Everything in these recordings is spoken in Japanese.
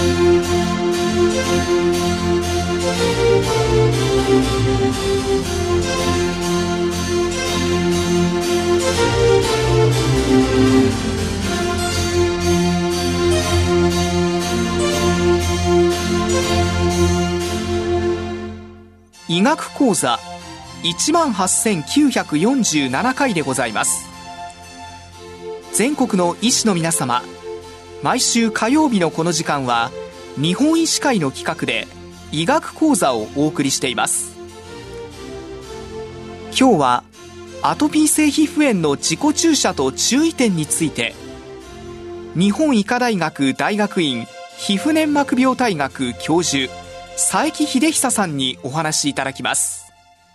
医学講座18,947回でございます。全国の医師の皆様、毎週火曜日のこの時間は日本医師会の企画で医学講座をお送りしています。今日はアトピー性皮膚炎の自己注射と注意点について、日本医科大学大学院皮膚粘膜病態学教授佐伯秀久さんにお話しいただきます。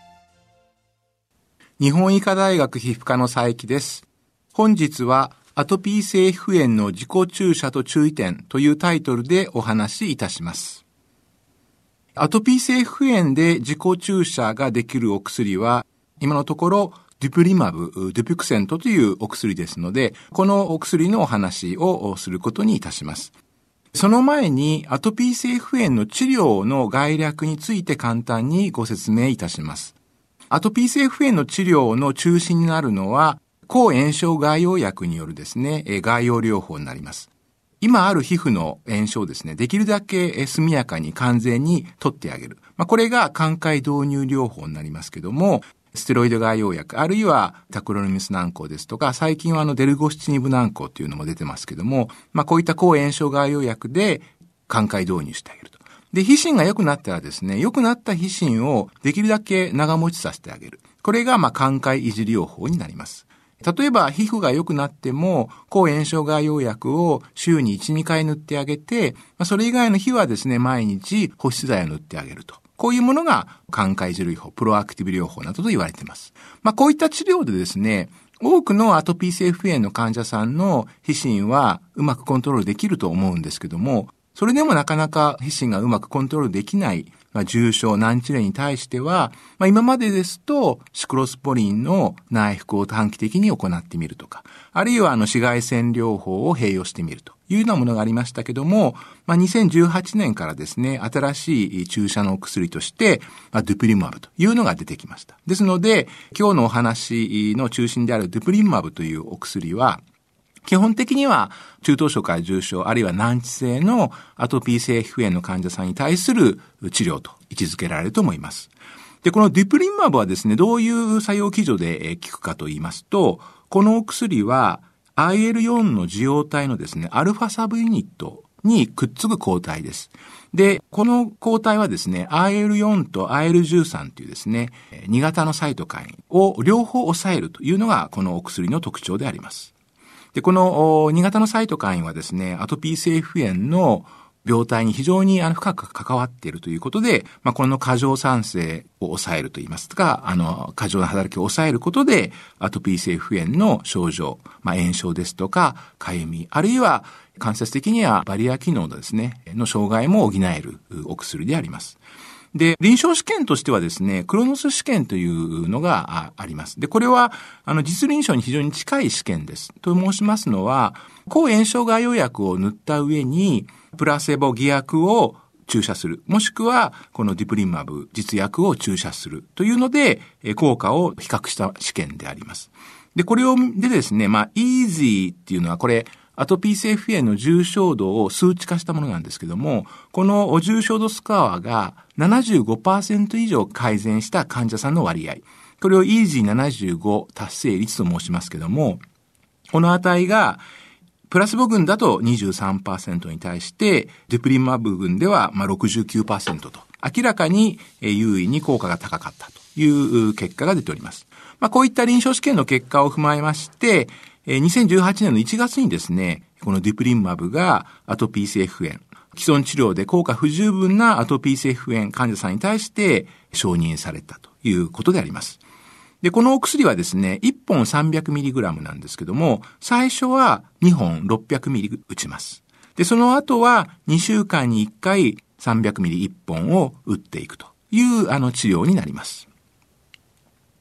日本医科大学皮膚科の佐伯です。本日はアトピー性皮膚炎の自己注射と注意点というタイトルでお話しいたします。アトピー性皮膚炎で自己注射ができるお薬は、今のところデュプリマブ、デュピクセントというお薬ですので、このお薬のお話をすることにいたします。その前にアトピー性皮膚炎の治療の概略について簡単にご説明いたします。アトピー性皮膚炎の治療の中心になるのは、抗炎症外用薬によるですね、外用療法になります。今ある皮膚の炎症をですね、できるだけ速やかに完全に取ってあげる。これが寛解導入療法になりますけども、ステロイド外用薬、あるいはタクロロミス軟膏ですとか、最近はデルゴシチニブ軟膏というのも出てますけども、こういった抗炎症外用薬で寛解導入してあげると。で、皮疹が良くなったらですね、良くなった皮疹をできるだけ長持ちさせてあげる。これが寛解維持療法になります。例えば皮膚が良くなっても抗炎症外用薬を週に1、2回塗ってあげて、それ以外の日はですね、毎日保湿剤を塗ってあげると。こういうものが寛解維持療法、プロアクティブ療法などと言われています。こういった治療でですね、多くのアトピー性皮膚炎の患者さんの皮疹はうまくコントロールできると思うんですけども、それでもなかなか皮疹がうまくコントロールできない重症難治療に対しては、今までですとシクロスポリンの内服を短期的に行ってみるとか、あるいは紫外線療法を併用してみるというようなものがありましたけども、2018年からですね、新しい注射の薬として、デュプリマブというのが出てきました。ですので、今日のお話の中心であるデュプリマブというお薬は、基本的には中等症から重症あるいは難治性のアトピー性皮膚炎の患者さんに対する治療と位置づけられると思います。で、このデュプリマブはですね、どういう作用基準で効くかと言いますと、このお薬は IL-4 の受容体のですね、アルファサブユニットにくっつく抗体です。で、この抗体はですね、IL-4 と IL-13 というですね、2型のサイトカインを両方抑えるというのがこのお薬の特徴であります。で、この2型のサイトカインはですね、アトピー性皮膚炎の病態に非常に深く関わっているということで、この過剰酸性を抑えるといいますか、過剰な働きを抑えることで、アトピー性皮膚炎の症状、炎症ですとか、かゆみ、あるいは間接的にはバリア機能ですね、の障害も補えるお薬であります。で、臨床試験としてはですね、クロノス試験というのがあります。で、これは、実臨床に非常に近い試験です。と申しますのは、抗炎症外用薬を塗った上に、プラセボ偽薬を注射する。もしくは、このデュプリマブ実薬を注射するというので、効果を比較した試験であります。で、これでですね、EASY っていうのはこれ、アトピー性皮膚炎の重症度を数値化したものなんですけども、この重症度スコアが 75% 以上改善した患者さんの割合。これを EASY75 達成率と申しますけども、この値がプラスボ群だと 23% に対して、デュプリマブ群では69% と、明らかに優位に効果が高かったという結果が出ております。こういった臨床試験の結果を踏まえまして、2018年の1月にですね、このデュプリマブがアトピー性皮膚炎、既存治療で効果不十分なアトピー性皮膚炎患者さんに対して承認されたということであります。で、このお薬はですね、1本 300mg なんですけども、最初は2本 600mg 打ちます。で、その後は2週間に1回 300mg1 本を打っていくという治療になります。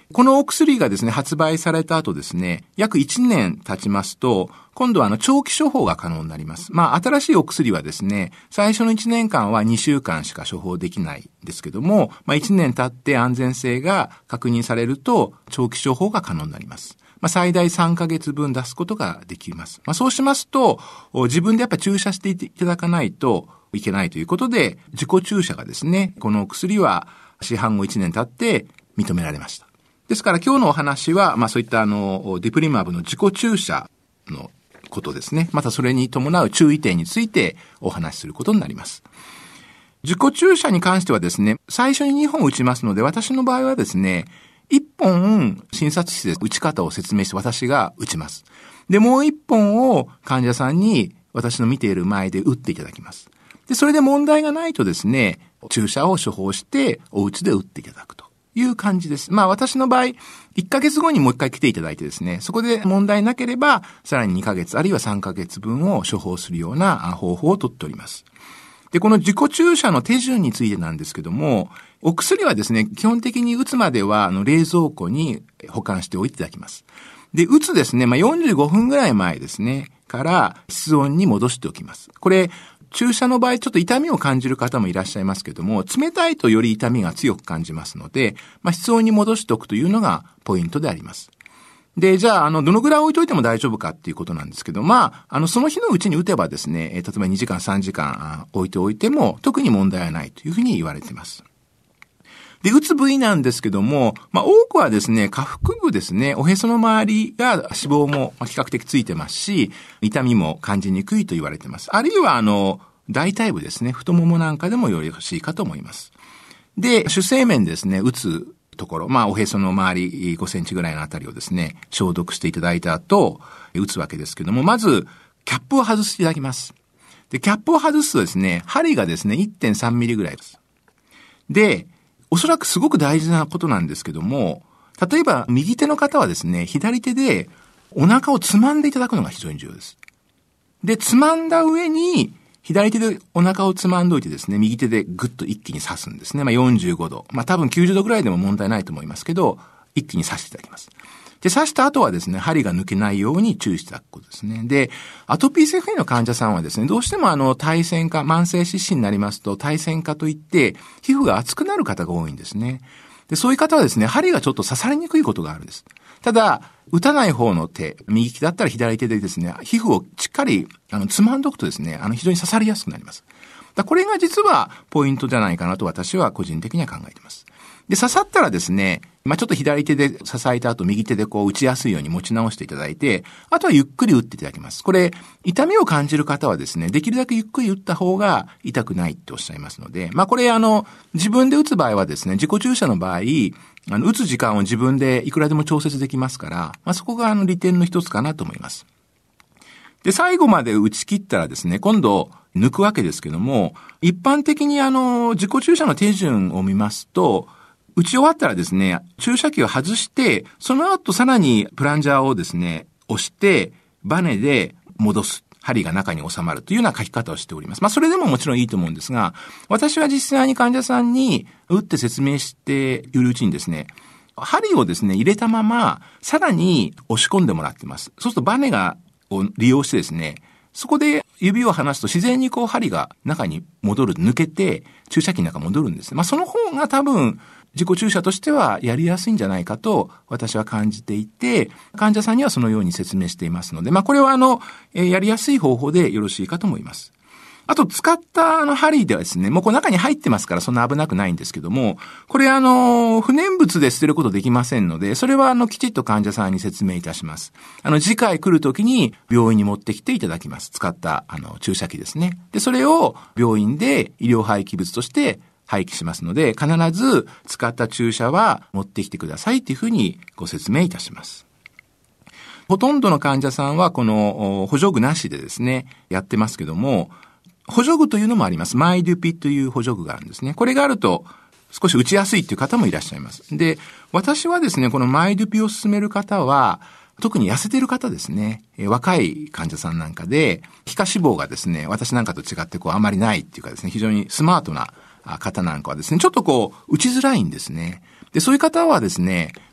このお薬がですね、発売された後ですね、約1年経ちますと、今度は長期処方が可能になります。新しいお薬はですね、最初の1年間は2週間しか処方できないんですけども、1年経って安全性が確認されると、長期処方が可能になります。最大3ヶ月分出すことができます。そうしますと、自分でやっぱり注射していただかないといけないということで、自己注射がですね、このお薬は市販後1年経って認められました。ですから今日のお話は、そういったディプリマブの自己注射のことですね。またそれに伴う注意点についてお話しすることになります。自己注射に関してはですね、最初に2本打ちますので、私の場合はですね、1本診察室で打ち方を説明して私が打ちます。で、もう1本を患者さんに私の見ている前で打っていただきます。で、それで問題がないとですね、注射を処方してお家で打っていただくという感じです。私の場合、1ヶ月後にもう1回来ていただいてですね、そこで問題なければ、さらに2ヶ月あるいは3ヶ月分を処方するような方法をとっております。で、この自己注射の手順についてなんですけども、お薬はですね、基本的に打つまでは冷蔵庫に保管しておいていただきます。で、打つですね、45分ぐらい前ですね、から室温に戻しておきます。これ、注射の場合ちょっと痛みを感じる方もいらっしゃいますけども、冷たいとより痛みが強く感じますので、室温に戻しておくというのがポイントであります。で、じゃあ、どのぐらい置いといても大丈夫かっていうことなんですけど、その日のうちに打てばですね、例えば2時間3時間置いておいても特に問題はないというふうに言われています。で、打つ部位なんですけども、多くはですね、下腹部ですね、おへその周りが脂肪も比較的ついてますし、痛みも感じにくいと言われています。あるいは大腿部ですね、太ももなんかでもよろしいかと思います。で、主成面ですね、打つところ、おへその周り5センチぐらいのあたりをですね、消毒していただいた後、打つわけですけども、まず、キャップを外していただきます。で、キャップを外すとですね、針がですね、1.3 ミリぐらいです。で、おそらくすごく大事なことなんですけども、例えば右手の方はですね、左手でお腹をつまんでいただくのが非常に重要です。で、つまんだ上に、左手でお腹をつまんどいてですね、右手でぐっと一気に刺すんですね。45度。多分90度ぐらいでも問題ないと思いますけど、一気に刺していただきます。で、刺した後はですね、針が抜けないように注意していただくことですね。で、アトピー性皮膚炎の患者さんはですね、どうしても耐線化、慢性湿疹になりますと、耐線化といって、皮膚が厚くなる方が多いんですね。で、そういう方はですね、針がちょっと刺されにくいことがあるんです。ただ、打たない方の手、右利きだったら左手でですね、皮膚をしっかり、つまんどくとですね、非常に刺されやすくなります。これが実はポイントじゃないかなと私は個人的には考えています。で、刺さったらですね、ちょっと左手で支えた後、右手で打ちやすいように持ち直していただいて、あとはゆっくり打っていただきます。これ、痛みを感じる方はですね、できるだけゆっくり打った方が痛くないっておっしゃいますので、これ自分で打つ場合はですね、自己注射の場合、打つ時間を自分でいくらでも調節できますから、そこが利点の一つかなと思います。で、最後まで打ち切ったらですね、今度抜くわけですけども、一般的に自己注射の手順を見ますと、打ち終わったらですね、注射器を外して、その後さらにプランジャーをですね、押して、バネで戻す。針が中に収まるというような書き方をしております。それでももちろんいいと思うんですが、私は実際に患者さんに打って説明しているうちにですね、針をですね、入れたまま、さらに押し込んでもらってます。そうするとバネを利用してですね、そこで指を離すと自然に針が中に抜けて、注射器の中に戻るんですね。その方が多分、自己注射としてはやりやすいんじゃないかと私は感じていて、患者さんにはそのように説明していますので、これはやりやすい方法でよろしいかと思います。あと、使った針ではですね、もう中に入ってますからそんな危なくないんですけども、これ不燃物で捨てることできませんので、それはきちっと患者さんに説明いたします。次回来るときに病院に持ってきていただきます。使った注射器ですね。で、それを病院で医療廃棄物として廃棄しますので、必ず使った注射は持ってきてくださいというふうにご説明いたします。ほとんどの患者さんはこの補助具なしでですね、やってますけども、補助具というのもあります。マイドゥピという補助具があるんですね。これがあると少し打ちやすいという方もいらっしゃいます。で、私はですね、このマイドゥピを勧める方は、特に痩せている方ですね、若い患者さんなんかで、皮下脂肪がですね、私なんかと違ってあまりないっていうかですね、非常にスマートな方なんかはですね、ちょっと打ちづらいんですね。で、そういう方はですね、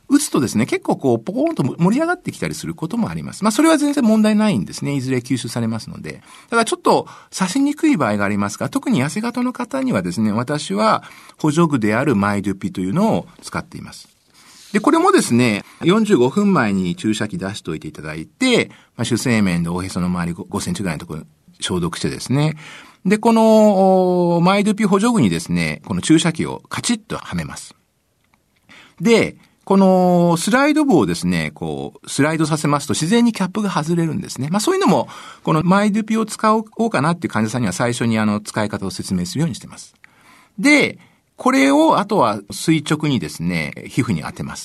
打つとですね、結構こう、ポコーンと盛り上がってきたりすることもあります。それは全然問題ないんですね。いずれ吸収されますので。ただちょっと刺しにくい場合がありますが、特に痩せ型の方にはですね、私は補助具であるマイドゥピというのを使っています。で、これもですね、45分前に注射器出しておいていただいて、主生面でおへその周り5センチぐらいのところ消毒してですね。で、このマイドゥピ補助具にですね、この注射器をカチッとはめます。で、このスライド部をですね、こう、スライドさせますと自然にキャップが外れるんですね。そういうのも、このマイドゥピを使おうかなっていう患者さんには最初に使い方を説明するようにしてます。で、これをあとは垂直にですね、皮膚に当てます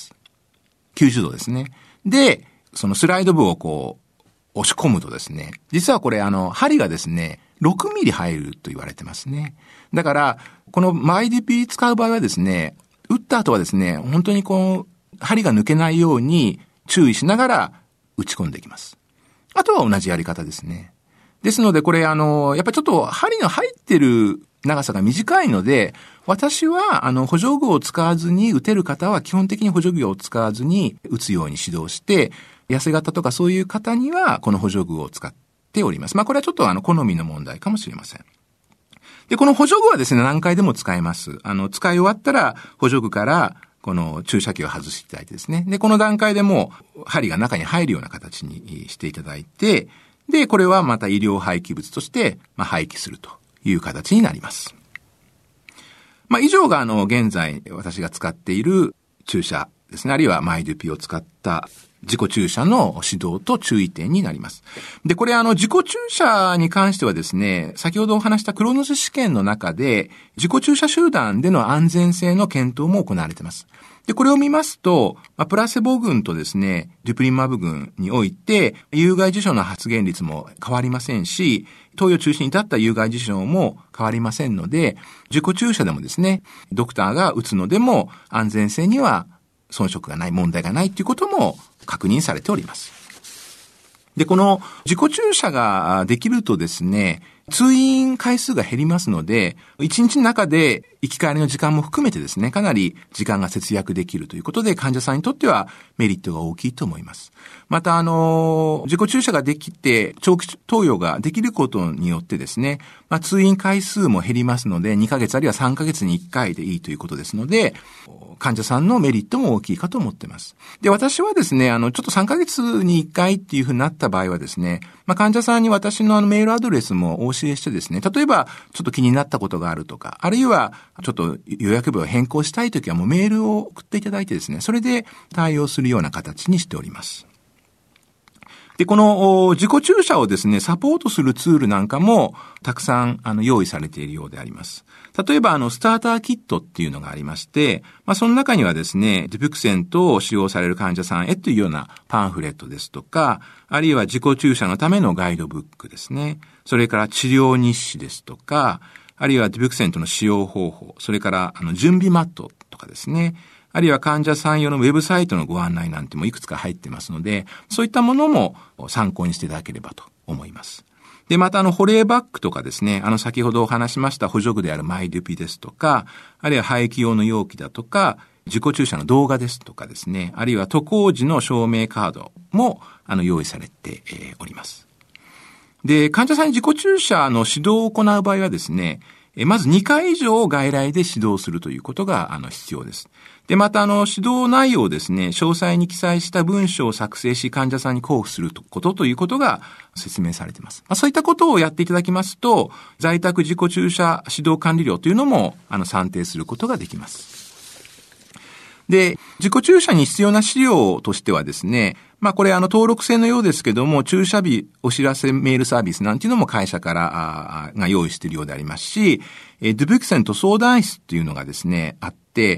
。90度ですね。で、そのスライド部をこう、押し込むとですね、実はこれ針がですね、6ミリ入ると言われてますね。だから、このマイドゥピ使う場合はですね、打った後はですね、本当にこう、針が抜けないように注意しながら打ち込んでいきます。あとは同じやり方ですね。ですのでこれやっぱりちょっと針の入ってる長さが短いので、私は補助具を使わずに打てる方は基本的に補助具を使わずに打つように指導して、痩せ型とかそういう方にはこの補助具を使っております。これはちょっと好みの問題かもしれません。で、この補助具はですね、何回でも使えます。使い終わったら補助具からこの注射器を外していただいてですね。で、この段階でもう針が中に入るような形にしていただいて、で、これはまた医療廃棄物として廃棄するという形になります。以上が現在私が使っている注射ですね。あるいはマイドゥピを使った自己注射の指導と注意点になります。で、これ自己注射に関してはですね、先ほどお話したクロノス試験の中で自己注射集団での安全性の検討も行われています。で、これを見ますと、プラセボ群とですね、デュプリマブ群において、有害事象の発現率も変わりませんし、投与中止に至った有害事象も変わりませんので、自己注射でもですね、ドクターが打つのでも安全性には遜色がない、問題がないということも確認されております。で、この自己注射ができるとですね、通院回数が減りますので、1日の中で行き帰りの時間も含めてですね、かなり時間が節約できるということで、患者さんにとってはメリットが大きいと思います。また、自己注射ができて、長期投与ができることによってですね、通院回数も減りますので、2ヶ月あるいは3ヶ月に1回でいいということですので、患者さんのメリットも大きいかと思っています。で、私はですね、ちょっと3ヶ月に1回っていうふうになった場合はですね、患者さんに私のメールアドレスもお教えしてですね、例えばちょっと気になったことがあるとか、あるいはちょっと予約日を変更したいときはもうメールを送っていただいてですね、それで対応するような形にしております。で、この自己注射をですね、サポートするツールなんかもたくさん用意されているようであります。例えばスターターキットっていうのがありまして、その中にはですね、デュピクセントを使用される患者さんへというようなパンフレットですとか、あるいは自己注射のためのガイドブックですね。それから治療日誌ですとか、あるいはデュピクセントの使用方法、それから準備マットとかですね。あるいは患者さん用のウェブサイトのご案内なんてもいくつか入ってますので、そういったものも参考にしていただければと思います。で、また保冷バッグとかですね、先ほどお話しました補助具であるマイドゥピですとか、あるいは廃棄用の容器だとか、自己注射の動画ですとかですね、あるいは渡航時の証明カードも用意されております。で、患者さんに自己注射の指導を行う場合はですね、まず2回以上外来で指導するということが必要です。で、また指導内容をですね、詳細に記載した文章を作成し患者さんに交付することということが説明されています。そういったことをやっていただきますと、在宅自己注射指導管理料というのも算定することができます。で、自己注射に必要な資料としてはですね、これ登録制のようですけども、注射日お知らせメールサービスなんていうのも会社からが用意しているようでありますし、デュピクセント相談室っていうのがですね、あって、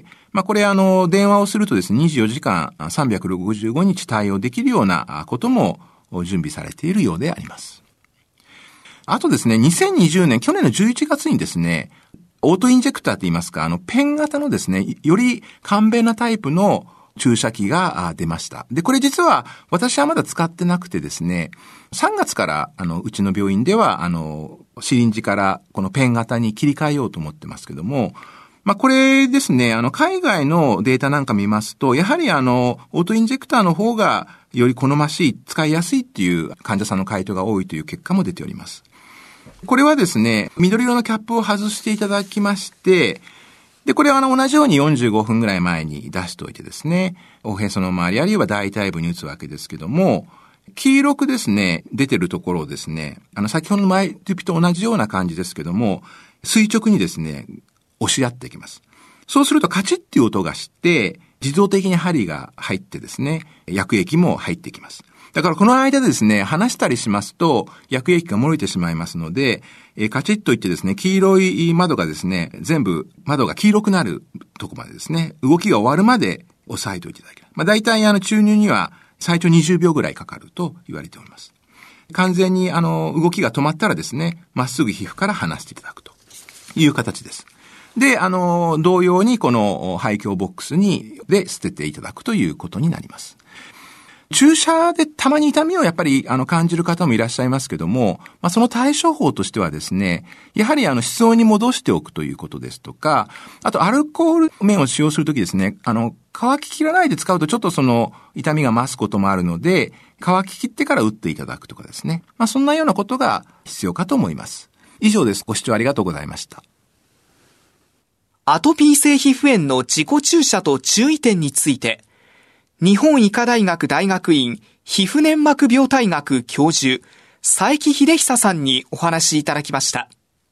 これ電話をするとですね、24時間365日対応できるようなことも準備されているようであります。あとですね、2020年、去年の11月にですね、オートインジェクターと言いますか、ペン型のですね、より簡便なタイプの注射器が出ました。で、これ実は私はまだ使ってなくてですね、3月からうちの病院ではシリンジからこのペン型に切り替えようと思ってますけども、 これですね、海外のデータなんか見ますと、やはりオートインジェクターの方がより好ましい、使いやすいっていう患者さんの回答が多いという結果も出ております。これはですね、緑色のキャップを外していただきまして、で、これは同じように45分ぐらい前に出しておいてですね、おへその周りあるいは大腿部に打つわけですけども、黄色くですね、出てるところをですね、先ほどのマイトゥピと同じような感じですけども、垂直にですね、押し合っていきます。そうするとカチッっていう音がして、自動的に針が入ってですね、薬液も入ってきます。だからこの間でですね、離したりしますと、薬液が漏れてしまいますので、カチッといってですね、黄色い窓がですね、全部窓が黄色くなるとこまでですね、動きが終わるまで押さえておいていただける。大体注入には最長20秒ぐらいかかると言われております。完全に動きが止まったらですね、まっすぐ皮膚から離していただくという形です。で、同様にこの廃墟ボックスで捨てていただくということになります。注射でたまに痛みをやっぱり感じる方もいらっしゃいますけども、その対処法としてはですね、やはり室温に戻しておくということですとか、あとアルコール面を使用するときですね、乾ききらないで使うとちょっとその痛みが増すこともあるので、乾ききってから打っていただくとかですね。そんなようなことが必要かと思います。以上です。ご視聴ありがとうございました。 アトピー性皮膚炎の自己注射と注意点について、日本医科大学大学院皮膚粘膜病態学教授、佐伯秀久さんにお話しいただきました。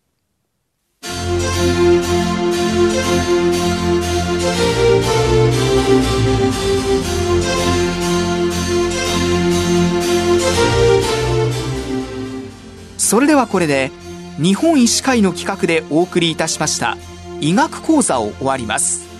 それではこれで、日本医師会の企画でお送りいたしました医学講座を終わります。